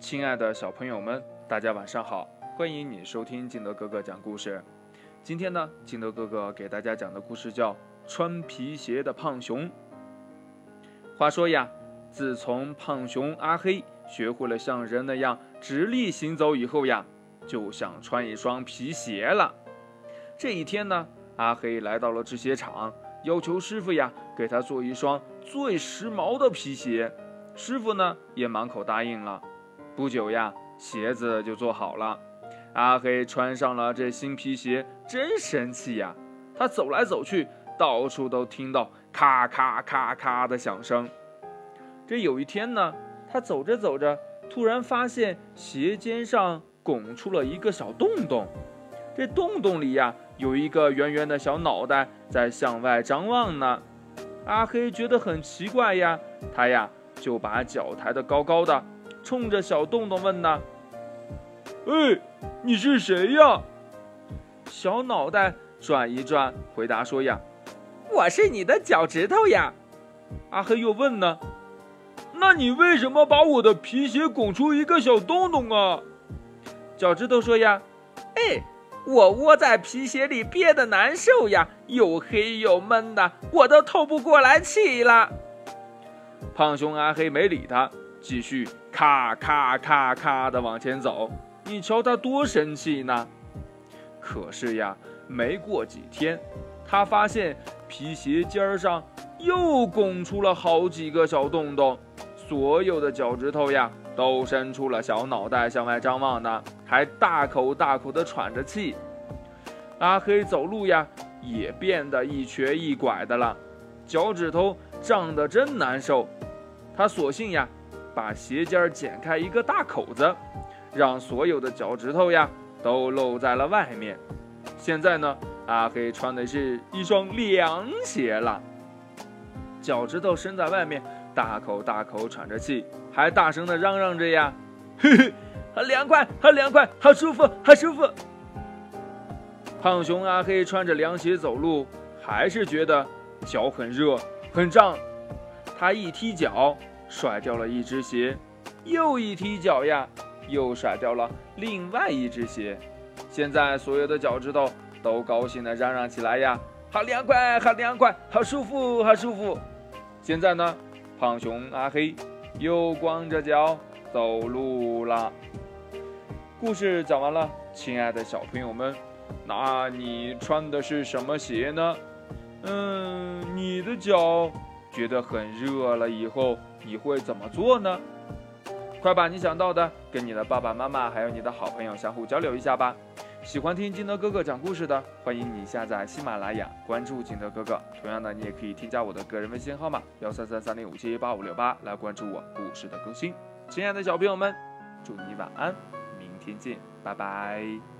亲爱的小朋友们，大家晚上好，欢迎你收听金德哥哥讲故事。今天呢，金德哥哥给大家讲的故事叫《穿皮鞋的胖熊》。话说呀，自从胖熊阿黑学会了像人那样直立行走以后呀，就想穿一双皮鞋了。这一天呢，阿黑来到了制鞋厂，要求师傅呀给他做一双最时髦的皮鞋。师傅呢也满口答应了。不久呀，鞋子就做好了。阿黑穿上了这新皮鞋，真神气呀！他走来走去，到处都听到咔咔咔咔的响声。这有一天呢，他走着走着，突然发现鞋尖上拱出了一个小洞洞。这洞洞里呀，有一个圆圆的小脑袋在向外张望呢。阿黑觉得很奇怪呀，他呀就把脚抬得高高的，冲着小洞洞问呢：“哎，你是谁呀？”小脑袋转一转，回答说呀：“我是你的脚趾头呀。”阿黑又问呢：“那你为什么把我的皮鞋拱出一个小洞洞啊？”脚趾头说呀：“哎，我窝在皮鞋里憋得难受呀，又黑又闷的，我都透不过来气了。”胖熊阿黑没理他，继续咔咔咔咔地往前走。你瞧他多生气呢！可是呀，没过几天，他发现皮鞋尖上又拱出了好几个小洞洞，所有的脚趾头呀都伸出了小脑袋向外张望呢，还大口大口地喘着气。阿黑走路呀也变得一瘸一拐的了，脚趾头胀得真难受。他索性呀把鞋尖剪开一个大口子，让所有的脚趾头呀都露在了外面。现在呢，阿黑穿的是一双凉鞋了，脚趾头伸在外面，大口大口喘着气，还大声地嚷嚷着呀：“嘿嘿，好凉快，好凉快，好舒服，好舒服。”胖熊阿黑穿着凉鞋走路，还是觉得脚很热很胀。他一踢脚，甩掉了一只鞋，又一踢脚呀，又甩掉了另外一只鞋。现在所有的脚趾头都高兴地嚷嚷起来呀：“好凉快，好凉快，好舒服，好舒服。”现在呢，胖熊阿黑又光着脚走路了。故事讲完了，亲爱的小朋友们，那你穿的是什么鞋呢？你的脚觉得很热了以后，你会怎么做呢？快把你想到的跟你的爸爸妈妈还有你的好朋友相互交流一下吧。喜欢听金德哥哥讲故事的，欢迎你下载喜马拉雅，关注金德哥哥。同样的，你也可以添加我的个人微信号码13330578568来关注我故事的更新。亲爱的小朋友们，祝你晚安，明天见，拜拜。